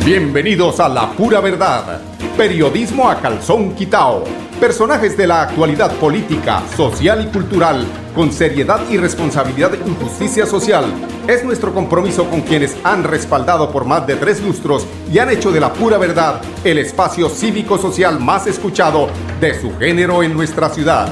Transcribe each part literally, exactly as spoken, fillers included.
Bienvenidos a La Pura Verdad, periodismo a calzón quitao. Personajes de la actualidad política, social y cultural, con seriedad y responsabilidad en justicia social. Es nuestro compromiso con quienes han respaldado por más de tres lustros y han hecho de La Pura Verdad el espacio cívico-social más escuchado de su género en nuestra ciudad.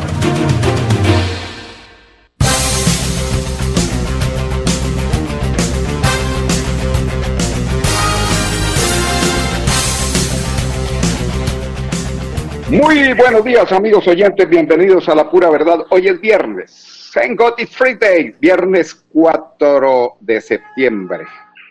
Muy buenos días, amigos oyentes, bienvenidos a La Pura Verdad. Hoy es viernes, Thank God it's Friday, viernes cuatro de septiembre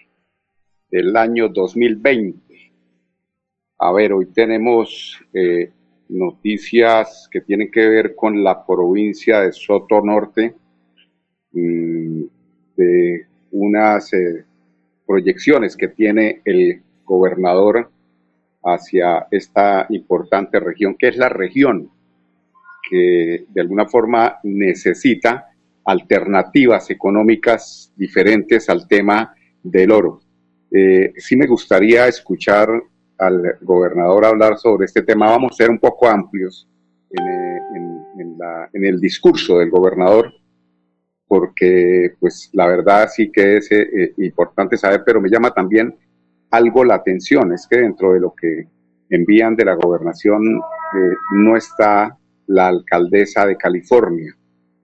del año dos mil veinte. A ver, hoy tenemos eh, noticias que tienen que ver con la provincia de Soto Norte, mmm, de unas eh, proyecciones que tiene el gobernador hacia esta importante región, que es la región que de alguna forma necesita alternativas económicas diferentes al tema del oro. Eh, sí me gustaría escuchar al gobernador hablar sobre este tema. Vamos a ser un poco amplios en, en, en, la, en el discurso del gobernador, porque pues la verdad sí que es eh, importante saber, pero me llama también algo la atención, es que dentro de lo que envían de la gobernación eh, no está la alcaldesa de California.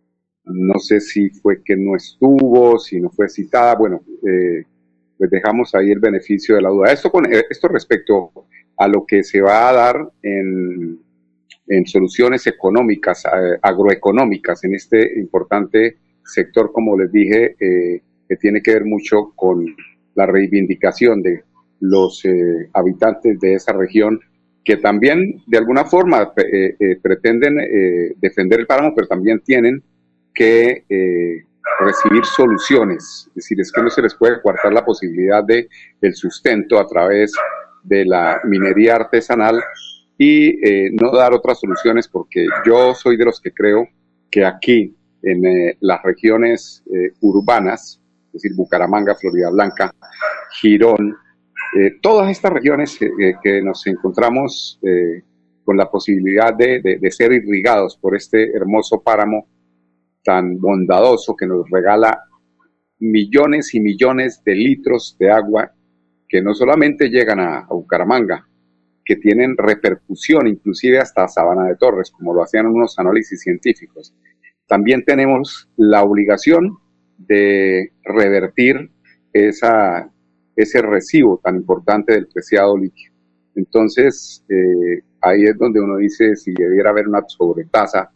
No sé si fue que no estuvo, si no fue citada, bueno, eh, pues dejamos ahí el beneficio de la duda. Esto, con, esto respecto a lo que se va a dar en, en soluciones económicas, eh, agroeconómicas, en este importante sector, como les dije, eh, que tiene que ver mucho con la reivindicación de los eh, habitantes de esa región, que también de alguna forma eh, eh, pretenden eh, defender el páramo, pero también tienen que eh, recibir soluciones. Es decir, es que no se les puede coartar la posibilidad de el sustento a través de la minería artesanal y eh, no dar otras soluciones, porque yo soy de los que creo que aquí en eh, las regiones eh, urbanas, es decir, Bucaramanga, Florida Blanca, Girón, Eh, todas estas regiones eh, eh, que nos encontramos eh, con la posibilidad de, de, de ser irrigados por este hermoso páramo tan bondadoso que nos regala millones y millones de litros de agua que no solamente llegan a, a Bucaramanga, que tienen repercusión inclusive hasta Sabana de Torres, como lo hacían unos análisis científicos. También tenemos la obligación de revertir esa ese recibo tan importante del preciado líquido. Entonces, eh, ahí es donde uno dice si debiera haber una sobretasa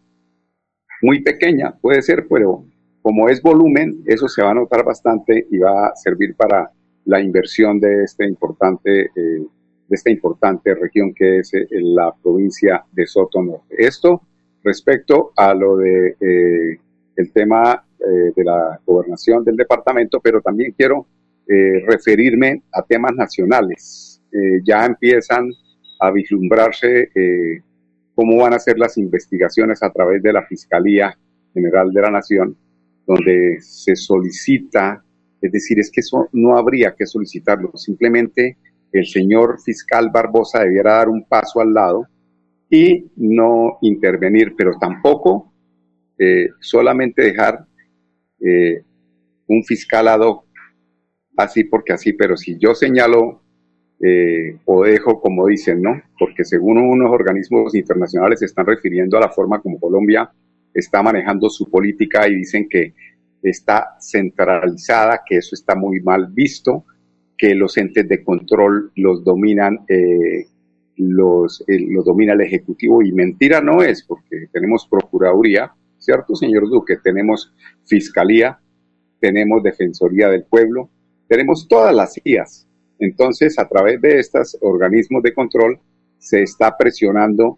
muy pequeña, puede ser, pero como es volumen, eso se va a notar bastante y va a servir para la inversión de, este importante, eh, de esta importante región que es eh, la provincia de Soto Norte. Esto respecto a lo de eh, el tema eh, de la gobernación del departamento, pero también quiero Eh, referirme a temas nacionales. Eh, ya empiezan a vislumbrarse eh, cómo van a ser las investigaciones a través de la Fiscalía General de la Nación, donde se solicita, es decir, es que eso no habría que solicitarlo, simplemente el señor fiscal Barbosa debiera dar un paso al lado y no intervenir, pero tampoco eh, solamente dejar eh, un fiscal ad hoc así porque así, pero si yo señalo eh, o dejo, como dicen, ¿no? Porque según unos organismos internacionales se están refiriendo a la forma como Colombia está manejando su política y dicen que está centralizada, que eso está muy mal visto, que los entes de control los dominan, eh, los, eh, los domina el Ejecutivo, y mentira no es, porque tenemos Procuraduría, ¿cierto, señor Duque? Tenemos Fiscalía, tenemos Defensoría del Pueblo, tenemos todas las I As. Entonces, a través de estos organismos de control se está presionando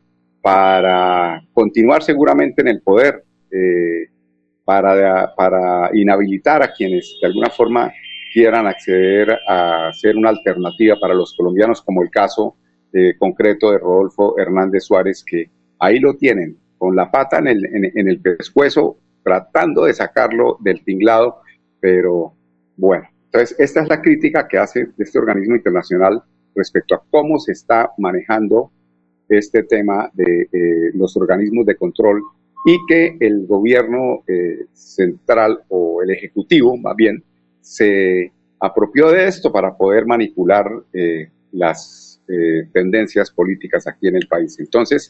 para continuar seguramente en el poder, eh, para, para inhabilitar a quienes de alguna forma quieran acceder a ser una alternativa para los colombianos, como el caso eh, concreto de Rodolfo Hernández Suárez, que ahí lo tienen, con la pata en el, en, en el pescuezo, tratando de sacarlo del tinglado, pero bueno. Entonces, esta es la crítica que hace de este organismo internacional respecto a cómo se está manejando este tema de eh, los organismos de control y que el gobierno eh, central o el ejecutivo, más bien, se apropió de esto para poder manipular eh, las eh, tendencias políticas aquí en el país. Entonces,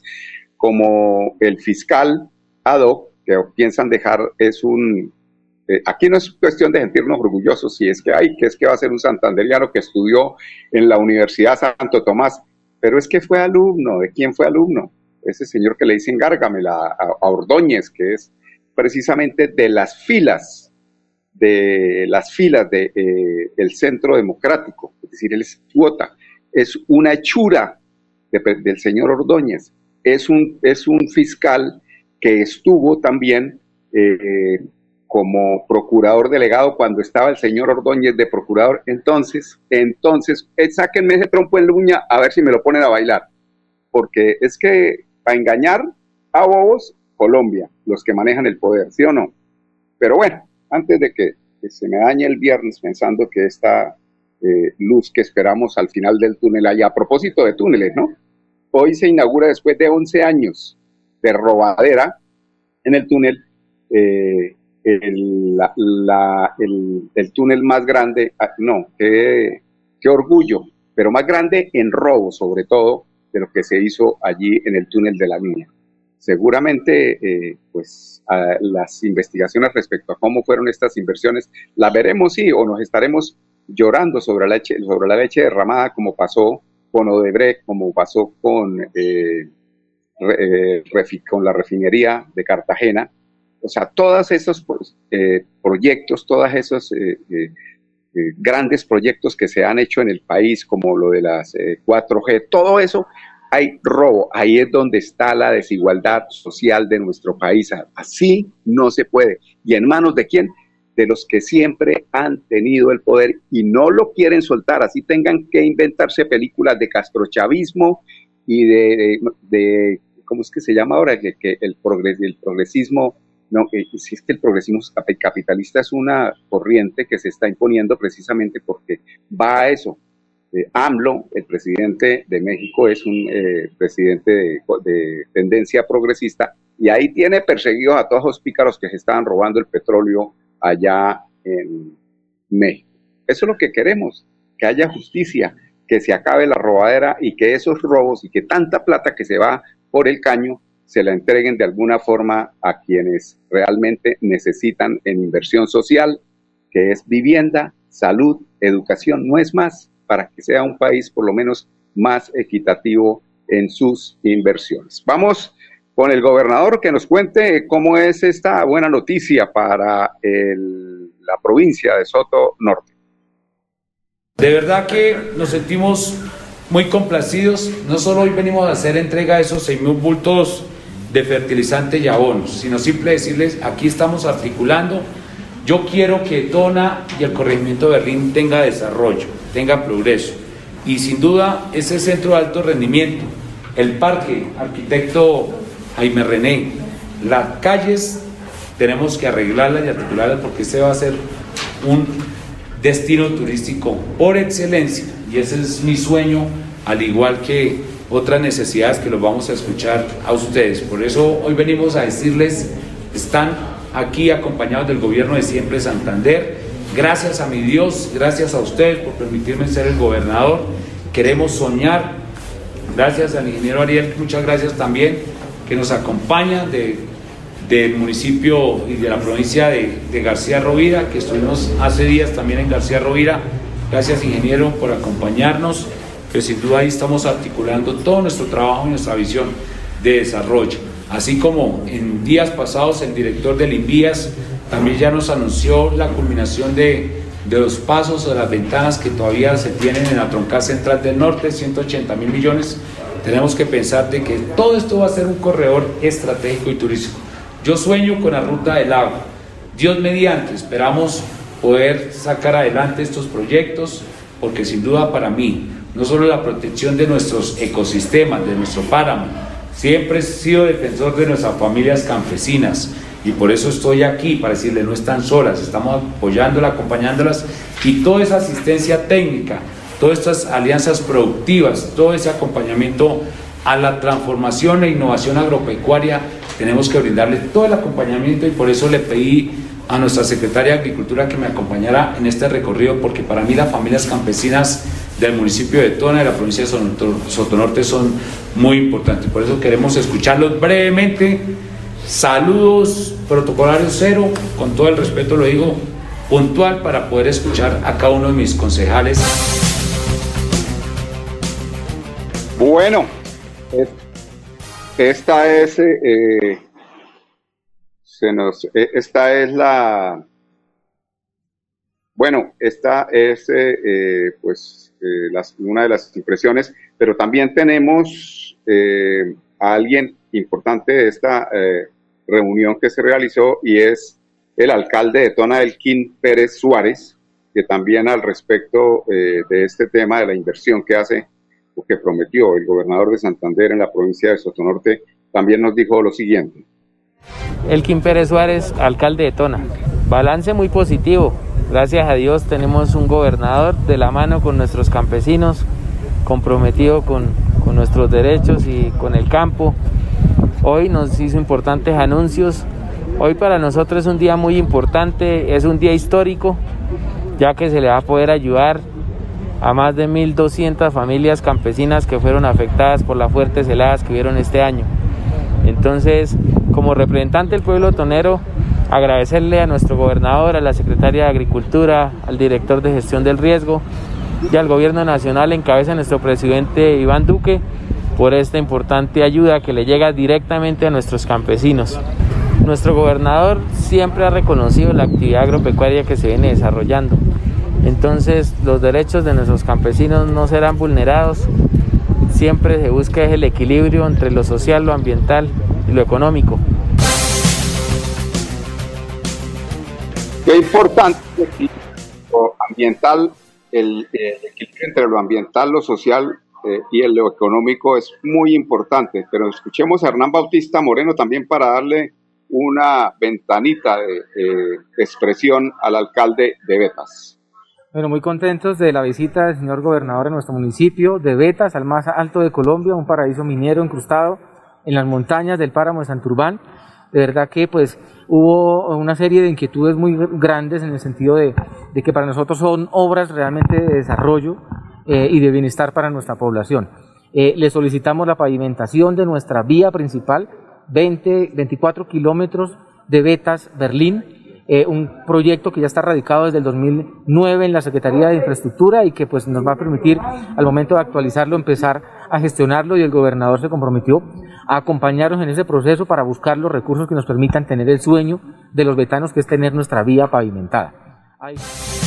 como el fiscal ad hoc que piensan dejar es un... Eh, aquí no es cuestión de sentirnos orgullosos si es que hay, que es que va a ser un santanderiano que estudió en la Universidad Santo Tomás, pero es que fue alumno. ¿De quién fue alumno? Ese señor que le dicen Gárgamel a, a, a Ordóñez, que es precisamente de las filas, de las filas de, eh, del Centro Democrático, es decir, él es cuota, es una hechura de, del señor Ordóñez, es un, es un fiscal que estuvo también eh, como procurador delegado cuando estaba el señor Ordóñez de procurador. Entonces, entonces, eh, sáquenme ese trompo en la uña a ver si me lo ponen a bailar, porque es que para engañar a bobos, Colombia, los que manejan el poder, ¿sí o no? Pero bueno, antes de que, que se me dañe el viernes pensando que esta eh, luz que esperamos al final del túnel haya, a propósito de túneles, ¿no? Hoy se inaugura, después de once años de robadera en el túnel, eh, el, la, la, el, el túnel más grande, no, qué, qué orgullo, pero más grande en robo, sobre todo, de lo que se hizo allí en el túnel de la Línea. Seguramente, eh, pues, a las investigaciones respecto a cómo fueron estas inversiones, las veremos, sí, o nos estaremos llorando sobre la leche, sobre la leche derramada, como pasó con Odebrecht, como pasó con, eh, re, eh, refi, con la refinería de Cartagena. O sea, todos esos eh, proyectos, todos esos eh, eh, eh, grandes proyectos que se han hecho en el país, como lo de las eh, cuatro G, todo eso, hay robo. Ahí es donde está la desigualdad social de nuestro país. Así no se puede. ¿Y en manos de quién? De los que siempre han tenido el poder y no lo quieren soltar. Así tengan que inventarse películas de castrochavismo y de, de, de ¿cómo es que se llama ahora? Que, que el, progres, el progresismo, no, eh, si es que el progresismo capitalista es una corriente que se está imponiendo precisamente porque va a eso. Eh, AMLO, el presidente de México, es un eh, presidente de, de tendencia progresista y ahí tiene perseguidos a todos los pícaros que se estaban robando el petróleo allá en México. Eso es lo que queremos, que haya justicia, que se acabe la robadera y que esos robos y que tanta plata que se va por el caño se la entreguen de alguna forma a quienes realmente necesitan en inversión social, que es vivienda, salud, educación, no es más, para que sea un país por lo menos más equitativo en sus inversiones. Vamos con el gobernador que nos cuente cómo es esta buena noticia para el, la provincia de Soto Norte. De verdad que nos sentimos muy complacidos. No solo hoy venimos a hacer entrega de esos seis mil bultos de fertilizante y abonos, sino simple decirles, aquí estamos articulando. Yo quiero que Tona y el corregimiento de Berlín tenga desarrollo, tenga progreso. Y sin duda, ese centro de alto rendimiento, el parque, arquitecto Jaime René, las calles tenemos que arreglarlas y articularlas porque ese va a ser un destino turístico por excelencia. Y ese es mi sueño, al igual que otras necesidades que los vamos a escuchar a ustedes. Por eso hoy venimos a decirles, están aquí acompañados del gobierno de siempre Santander. Gracias a mi Dios, gracias a ustedes por permitirme ser el gobernador. Queremos soñar. Gracias al ingeniero Ariel, muchas gracias también, que nos acompaña de, del municipio y de la provincia de, de García Rovira, que estuvimos hace días también en García Rovira. Gracias, ingeniero, por acompañarnos, que sin duda ahí estamos articulando todo nuestro trabajo y nuestra visión de desarrollo. Así como en días pasados el director del INVIAS también ya nos anunció la culminación de, de los pasos o de las ventanas que todavía se tienen en la troncal central del norte, ciento ochenta mil millones. Tenemos que pensar de que todo esto va a ser un corredor estratégico y turístico. Yo sueño con la ruta del agua. Dios mediante, esperamos poder sacar adelante estos proyectos, porque sin duda para mí, no solo la protección de nuestros ecosistemas, de nuestro páramo, siempre he sido defensor de nuestras familias campesinas y por eso estoy aquí para decirles, no están solas, estamos apoyándolas, acompañándolas y toda esa asistencia técnica todas estas alianzas productivas, todo ese acompañamiento a la transformación e innovación agropecuaria, tenemos que brindarle todo el acompañamiento, y por eso le pedí a nuestra secretaria de Agricultura que me acompañara en este recorrido, porque para mí las familias campesinas del municipio de Tona, de la provincia de Sotonorte, son muy importantes. Por eso queremos escucharlos brevemente. Saludos protocolarios cero, con todo el respeto lo digo, puntual, para poder escuchar a cada uno de mis concejales. Bueno, esta es eh, se nos esta es la bueno esta es eh, pues eh, las, una de las impresiones, pero también tenemos eh, a alguien importante de esta eh, reunión que se realizó, y es el alcalde de Tona, Elkin Pérez Suárez, que también al respecto eh, de este tema de la inversión que hace, o que prometió el gobernador de Santander en la provincia de Sotonorte, también nos dijo lo siguiente. Elkin Pérez Suárez, alcalde de Tona. Balance muy positivo. Gracias a Dios tenemos un gobernador de la mano con nuestros campesinos, comprometido con, con nuestros derechos y con el campo. Hoy nos hizo importantes anuncios. Hoy para nosotros es un día muy importante, es un día histórico, ya que se le va a poder ayudar a más de mil doscientas familias campesinas que fueron afectadas por las fuertes heladas que hubieron este año. Entonces, como representante del pueblo tonero, agradecerle a nuestro gobernador, a la secretaria de Agricultura, al director de Gestión del Riesgo y al gobierno nacional en cabeza de nuestro presidente Iván Duque, por esta importante ayuda que le llega directamente a nuestros campesinos. Nuestro gobernador siempre ha reconocido la actividad agropecuaria que se viene desarrollando. Entonces, los derechos de nuestros campesinos no serán vulnerados. Siempre se busca el equilibrio entre lo social, lo ambiental y lo económico. Qué importante lo ambiental, el, el equilibrio entre lo ambiental, lo social eh, y el, lo económico es muy importante. Pero escuchemos a Hernán Bautista Moreno también para darle una ventanita de eh, expresión al alcalde de Betas. Bueno, muy contentos de la visita del señor gobernador a nuestro municipio de Betas, al más alto de Colombia, un paraíso minero incrustado en las montañas del páramo de Santurbán. De verdad que pues hubo una serie de inquietudes muy grandes en el sentido de, de que para nosotros son obras realmente de desarrollo eh, y de bienestar para nuestra población. Eh, le solicitamos la pavimentación de nuestra vía principal, veinte, veinticuatro kilómetros de Betas-Berlín, eh, un proyecto que ya está radicado desde el dos mil nueve en la Secretaría de Infraestructura y que pues nos va a permitir al momento de actualizarlo empezar a gestionarlo, y el gobernador se comprometió a acompañarnos en ese proceso para buscar los recursos que nos permitan tener el sueño de los betanos, que es tener nuestra vía pavimentada. Ahí.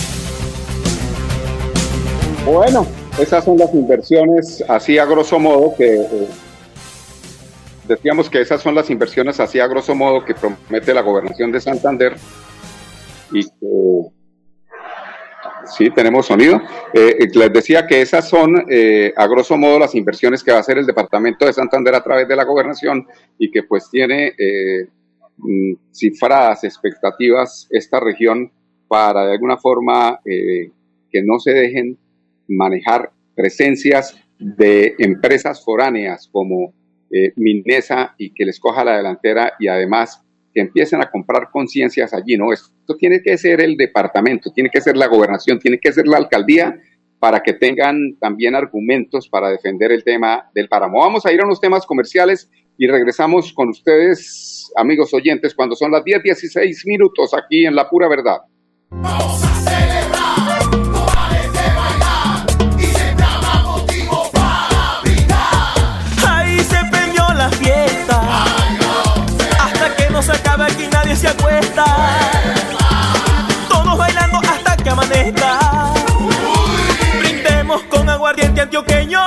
Bueno, esas son las inversiones así a grosso modo que eh, decíamos que esas son las inversiones así a grosso modo que promete la gobernación de Santander, y que sí, tenemos sonido. Eh, les decía que esas son, eh, a grosso modo, las inversiones que va a hacer el departamento de Santander a través de la gobernación, y que pues tiene eh, cifradas expectativas esta región para de alguna forma eh, que no se dejen manejar presencias de empresas foráneas como eh, Minesa, y que les coja la delantera, y además que empiecen a comprar conciencias allí, ¿no? Esto tiene que ser el departamento, tiene que ser la gobernación, tiene que ser la alcaldía, para que tengan también argumentos para defender el tema del páramo. Vamos a ir a unos temas comerciales y regresamos con ustedes, amigos oyentes, cuando son las diez dieciséis minutos aquí en La Pura Verdad. Vamos a celebrar, no pares de bailar, y siempre habrá motivo para brindar. Ahí se prendió la fiesta. Ay, no sé. Hasta que no se acabe aquí nadie se acuesta. Todos bailando hasta que amanezca. Uy. Brindemos con aguardiente antioqueño.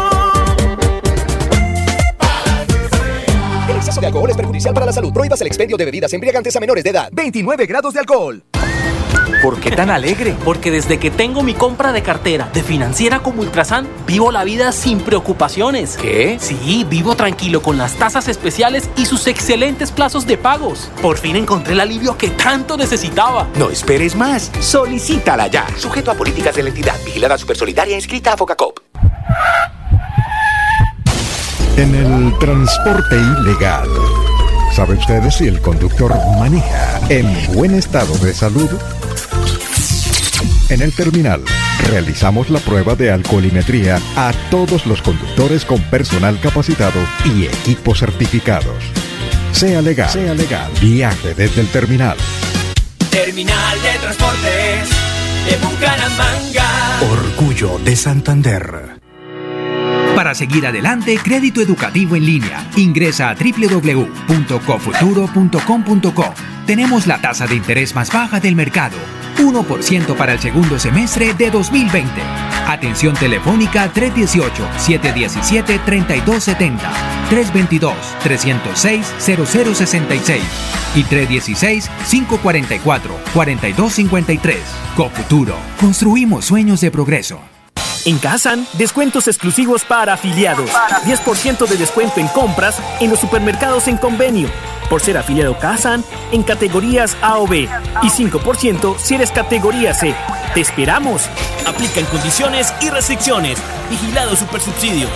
El exceso de alcohol es perjudicial para la salud. Prohíbas el expendio de bebidas embriagantes a menores de edad. veintinueve grados de alcohol. ¿Por qué tan alegre? Porque desde que tengo mi compra de cartera de Financiera como Ultrasan, vivo la vida sin preocupaciones. ¿Qué? Sí, vivo tranquilo con las tasas especiales y sus excelentes plazos de pagos. Por fin encontré el alivio que tanto necesitaba. No esperes más. Solicítala ya. Sujeto a políticas de la entidad. Vigilada Supersolidaria inscrita a Focacop. En el transporte ilegal, ¿sabe usted si el conductor maneja en buen estado de salud? En el terminal, realizamos la prueba de alcoholimetría a todos los conductores con personal capacitado y equipos certificados. Sea legal, sea legal, viaje desde el terminal. Terminal de Transportes de Bucaramanga. Orgullo de Santander. Para seguir adelante, crédito educativo en línea. Ingresa a doble u doble u doble u punto cofuturo punto com punto co. Tenemos la tasa de interés más baja del mercado. uno por ciento para el segundo semestre de dos mil veinte. Atención telefónica tres uno ocho, siete uno siete, tres dos siete cero, tres dos dos, tres cero seis, cero cero seis seis y tres uno seis, cinco cuatro cuatro, cuatro dos cinco tres. Cofuturo. Construimos sueños de progreso. En Casan, descuentos exclusivos para afiliados. diez por ciento de descuento en compras en los supermercados en convenio. Por ser afiliado Casan en categorías A o B. Y cinco por ciento si eres categoría C. ¡Te esperamos! Aplican condiciones y restricciones. Vigilado Supersubsidio.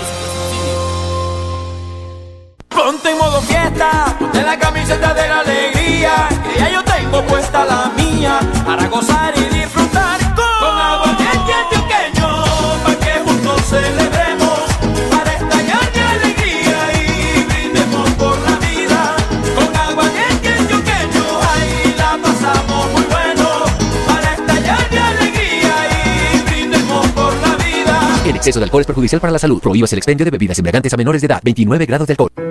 Ponte en modo fiesta, ponte la camiseta de la alegría, que ya yo tengo puesta la mía, para gozar y disfrutar con, con aguardiente antioqueño, para que juntos celebremos, para estallar de alegría y brindemos por la vida. Con aguardiente antioqueño, ahí la pasamos muy bueno, para estallar de alegría y brindemos por la vida. El exceso de alcohol es perjudicial para la salud. Prohíbas el expendio de bebidas embriagantes a menores de edad. veintinueve grados de alcohol.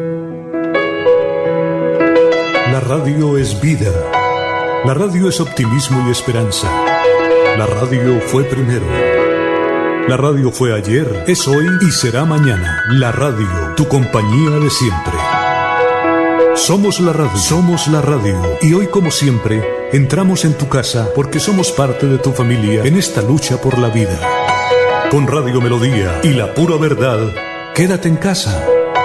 La radio es vida. La radio es optimismo y esperanza. La radio fue primero. La radio fue ayer, es hoy y será mañana. La radio, tu compañía de siempre. Somos la radio, somos la radio. Y hoy, como siempre, entramos en tu casa porque somos parte de tu familia en esta lucha por la vida. Con Radio Melodía y la pura verdad, quédate en casa.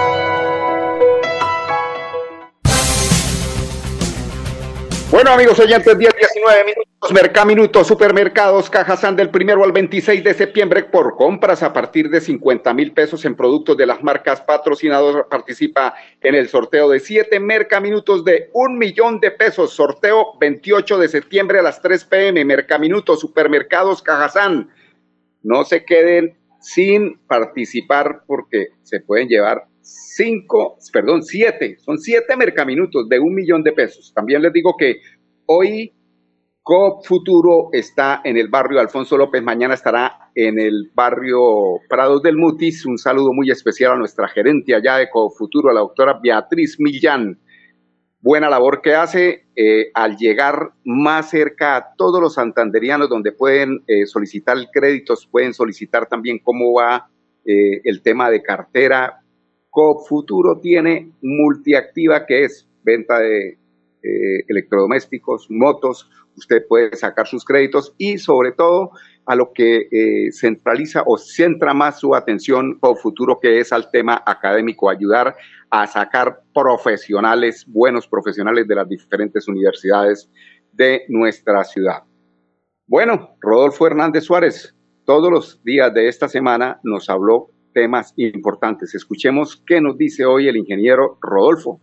Bueno, amigos oyentes, diez, diecinueve minutos, Mercaminuto, Supermercados, Cajazán, del primero al veintiséis de septiembre, por compras a partir de cincuenta mil pesos en productos de las marcas patrocinadoras, participa en el sorteo de siete Mercaminutos de un millón de pesos, sorteo veintiocho de septiembre a las tres pe eme, Mercaminuto, Supermercados, Cajazán. No se queden sin participar porque se pueden llevar cinco, perdón, siete, son siete Mercaminutos de un millón de pesos. También les digo que hoy Coop Futuro está en el barrio Alfonso López, mañana estará en el barrio Prados del Mutis. Un saludo muy especial a nuestra gerente allá de Coop Futuro, a la doctora Beatriz Millán. Buena labor que hace eh, al llegar más cerca a todos los santanderianos, donde pueden eh, solicitar créditos, pueden solicitar también cómo va eh, el tema de cartera. Coop Futuro tiene multiactiva, que es venta de eh, electrodomésticos, motos. Usted puede sacar sus créditos y sobre todo a lo que eh, centraliza o centra más su atención Coop Futuro, que es al tema académico, ayudar a sacar profesionales, buenos profesionales de las diferentes universidades de nuestra ciudad. Bueno, Rodolfo Hernández Suárez, todos los días de esta semana nos habló temas importantes. Escuchemos qué nos dice hoy el ingeniero Rodolfo.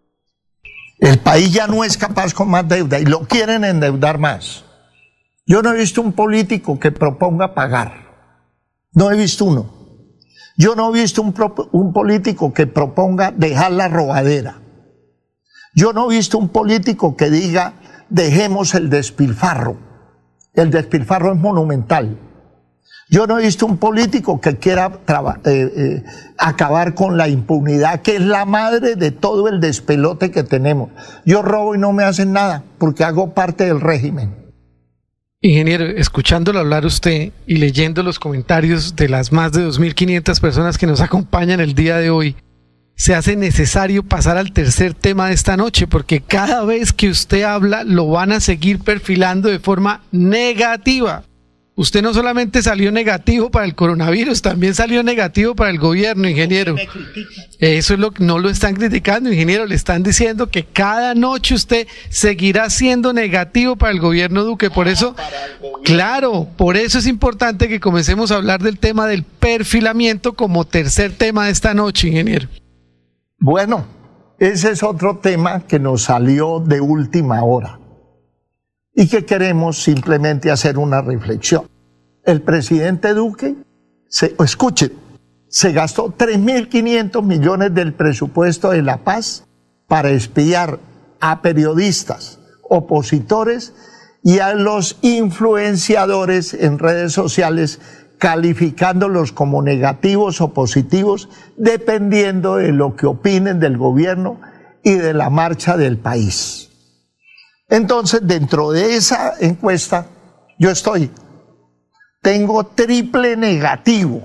El país ya no es capaz con más deuda y lo quieren endeudar más. Yo no he visto un político que proponga pagar. No he visto uno. Yo no he visto un, pro, un político que proponga dejar la robadera. Yo no he visto un político que diga dejemos el despilfarro. El despilfarro es monumental. Yo no he visto un político que quiera eh, eh, acabar con la impunidad, que es la madre de todo el despelote que tenemos. Yo robo y no me hacen nada, porque hago parte del régimen. Ingeniero, escuchándolo hablar usted y leyendo los comentarios de las más de dos mil quinientas personas que nos acompañan el día de hoy, se hace necesario pasar al tercer tema de esta noche, porque cada vez que usted habla lo van a seguir perfilando de forma negativa. Usted no solamente salió negativo para el coronavirus, también salió negativo para el gobierno, ingeniero. Eso es lo que no lo están criticando, ingeniero, le están diciendo que cada noche usted seguirá siendo negativo para el gobierno Duque. Por eso, claro, por eso es importante que comencemos a hablar del tema del perfilamiento como tercer tema de esta noche, ingeniero. Bueno, ese es otro tema que nos salió de última hora y que queremos simplemente hacer una reflexión. El presidente Duque, se, escuchen, se gastó tres mil quinientos millones del presupuesto de La Paz para espiar a periodistas, opositores y a los influenciadores en redes sociales, calificándolos como negativos o positivos, dependiendo de lo que opinen del gobierno y de la marcha del país. Entonces, dentro de esa encuesta, yo estoy, tengo triple negativo.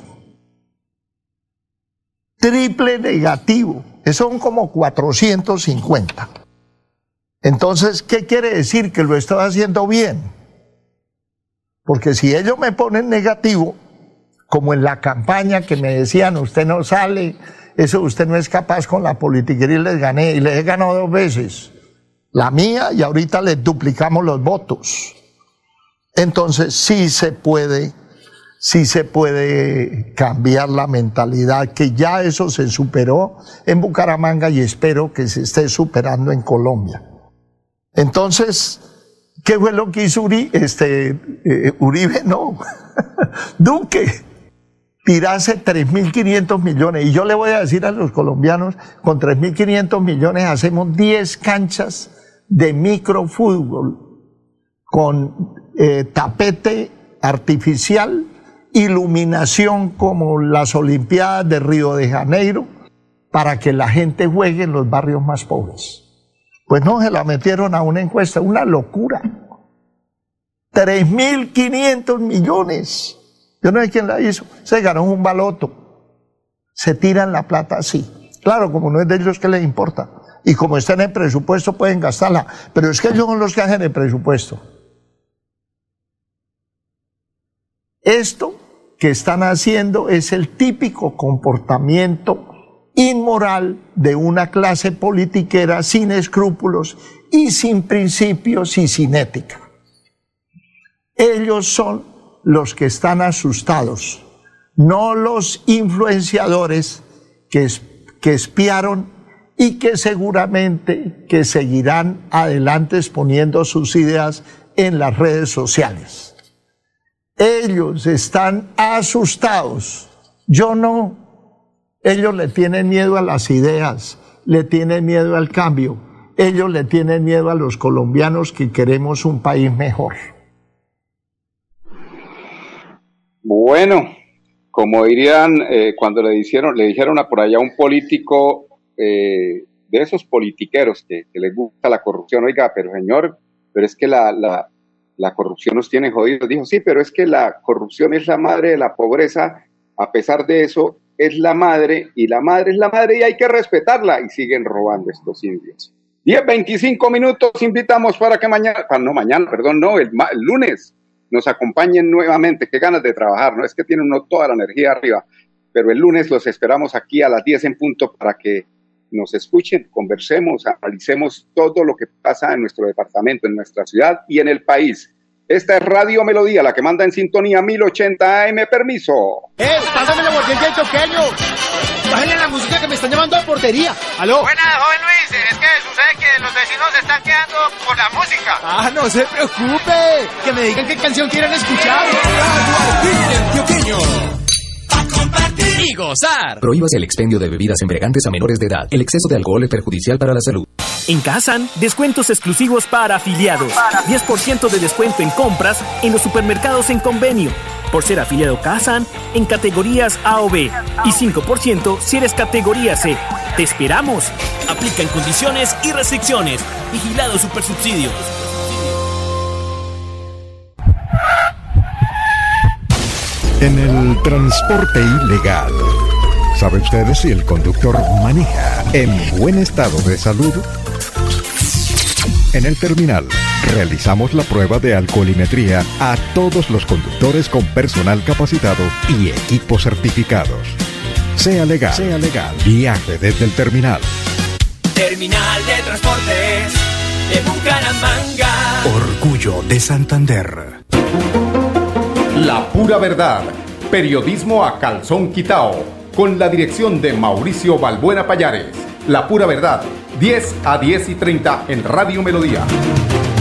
Triple negativo. Eso son como cuatrocientos cincuenta. Entonces, ¿qué quiere decir? Que lo estoy haciendo bien. Porque si ellos me ponen negativo, como en la campaña que me decían, usted no sale, eso usted no es capaz con la politiquería, y les gané, y les he ganado dos veces. La mía, y ahorita les duplicamos los votos. Entonces sí se puede, sí se puede cambiar la mentalidad, que ya eso se superó en Bucaramanga y espero que se esté superando en Colombia. Entonces, ¿qué fue lo que hizo Uri, este, eh, Uribe? No, Duque, tirase tres mil quinientos millones. Y yo le voy a decir a los colombianos, con tres mil quinientos millones hacemos diez canchas de microfútbol con eh, tapete artificial, iluminación como las Olimpiadas de Río de Janeiro, para que la gente juegue en los barrios más pobres. Pues no, se la metieron a una encuesta, una locura. tres mil quinientos millones. Yo no sé quién la hizo, se ganó un baloto. Se tiran la plata así. Claro, como no es de ellos, ¿qué les importa? Y como está en el presupuesto, pueden gastarla. Pero es que ellos son los que hacen el presupuesto. Esto que están haciendo es el típico comportamiento inmoral de una clase politiquera sin escrúpulos y sin principios y sin ética. Ellos son los que están asustados, no los influenciadores que, que espiaron y que seguramente que seguirán adelante exponiendo sus ideas en las redes sociales. Ellos están asustados, yo no. Ellos le tienen miedo a las ideas, le tienen miedo al cambio, ellos le tienen miedo a los colombianos que queremos un país mejor. Bueno, como dirían eh, cuando le dijeron, le dijeron a por allá un político eh, de esos politiqueros que, que les gusta la corrupción, oiga, pero señor, pero es que la, la, la corrupción nos tiene jodidos. Dijo, sí, pero es que la corrupción es la madre de la pobreza, a pesar de eso, es la madre, y la madre es la madre y hay que respetarla, y siguen robando estos indios. diez, veinticinco minutos, invitamos para que mañana, no mañana, perdón, no, el, el lunes, nos acompañen nuevamente. Qué ganas de trabajar, ¿no? Es que tienen uno toda la energía arriba, pero el lunes los esperamos aquí a las diez en punto para que nos escuchen, conversemos, analicemos todo lo que pasa en nuestro departamento, en nuestra ciudad y en el país. Esta es Radio Melodía, la que manda en sintonía mil ochenta A M. Permiso. ¡Eh! ¡Pásame la guardián del choqueño! ¡Bájenle la música que me están llamando de portería! ¡Aló! Buenas, joven Luis. Es que sucede que los vecinos se están quedando por la música. ¡Ah, no se preocupe! Que me digan qué canción quieren escuchar. Antioqueño. A compartir y gozar. Prohíbas el expendio de bebidas embriagantes a menores de edad. El exceso de alcohol es perjudicial para la salud. En Kazan, descuentos exclusivos para afiliados. diez por ciento de descuento en compras en los supermercados en convenio. Por ser afiliado Kazan en categorías A o B. Y cinco por ciento si eres categoría C. ¡Te esperamos! Aplican condiciones y restricciones. Vigilado Supersubsidio. En el transporte ilegal, ¿Sabe usted si el conductor maneja en buen estado de salud? En el terminal, realizamos la prueba de alcoholimetría a todos los conductores con personal capacitado y equipos certificados. Sea legal, sea legal. Viaje desde el terminal. Terminal de Transportes de Bucaramanga. Orgullo de Santander. La pura verdad. Periodismo a calzón quitao. Con la dirección de Mauricio Balbuena Payares. La pura verdad. diez a diez y treinta en Radio Melodía.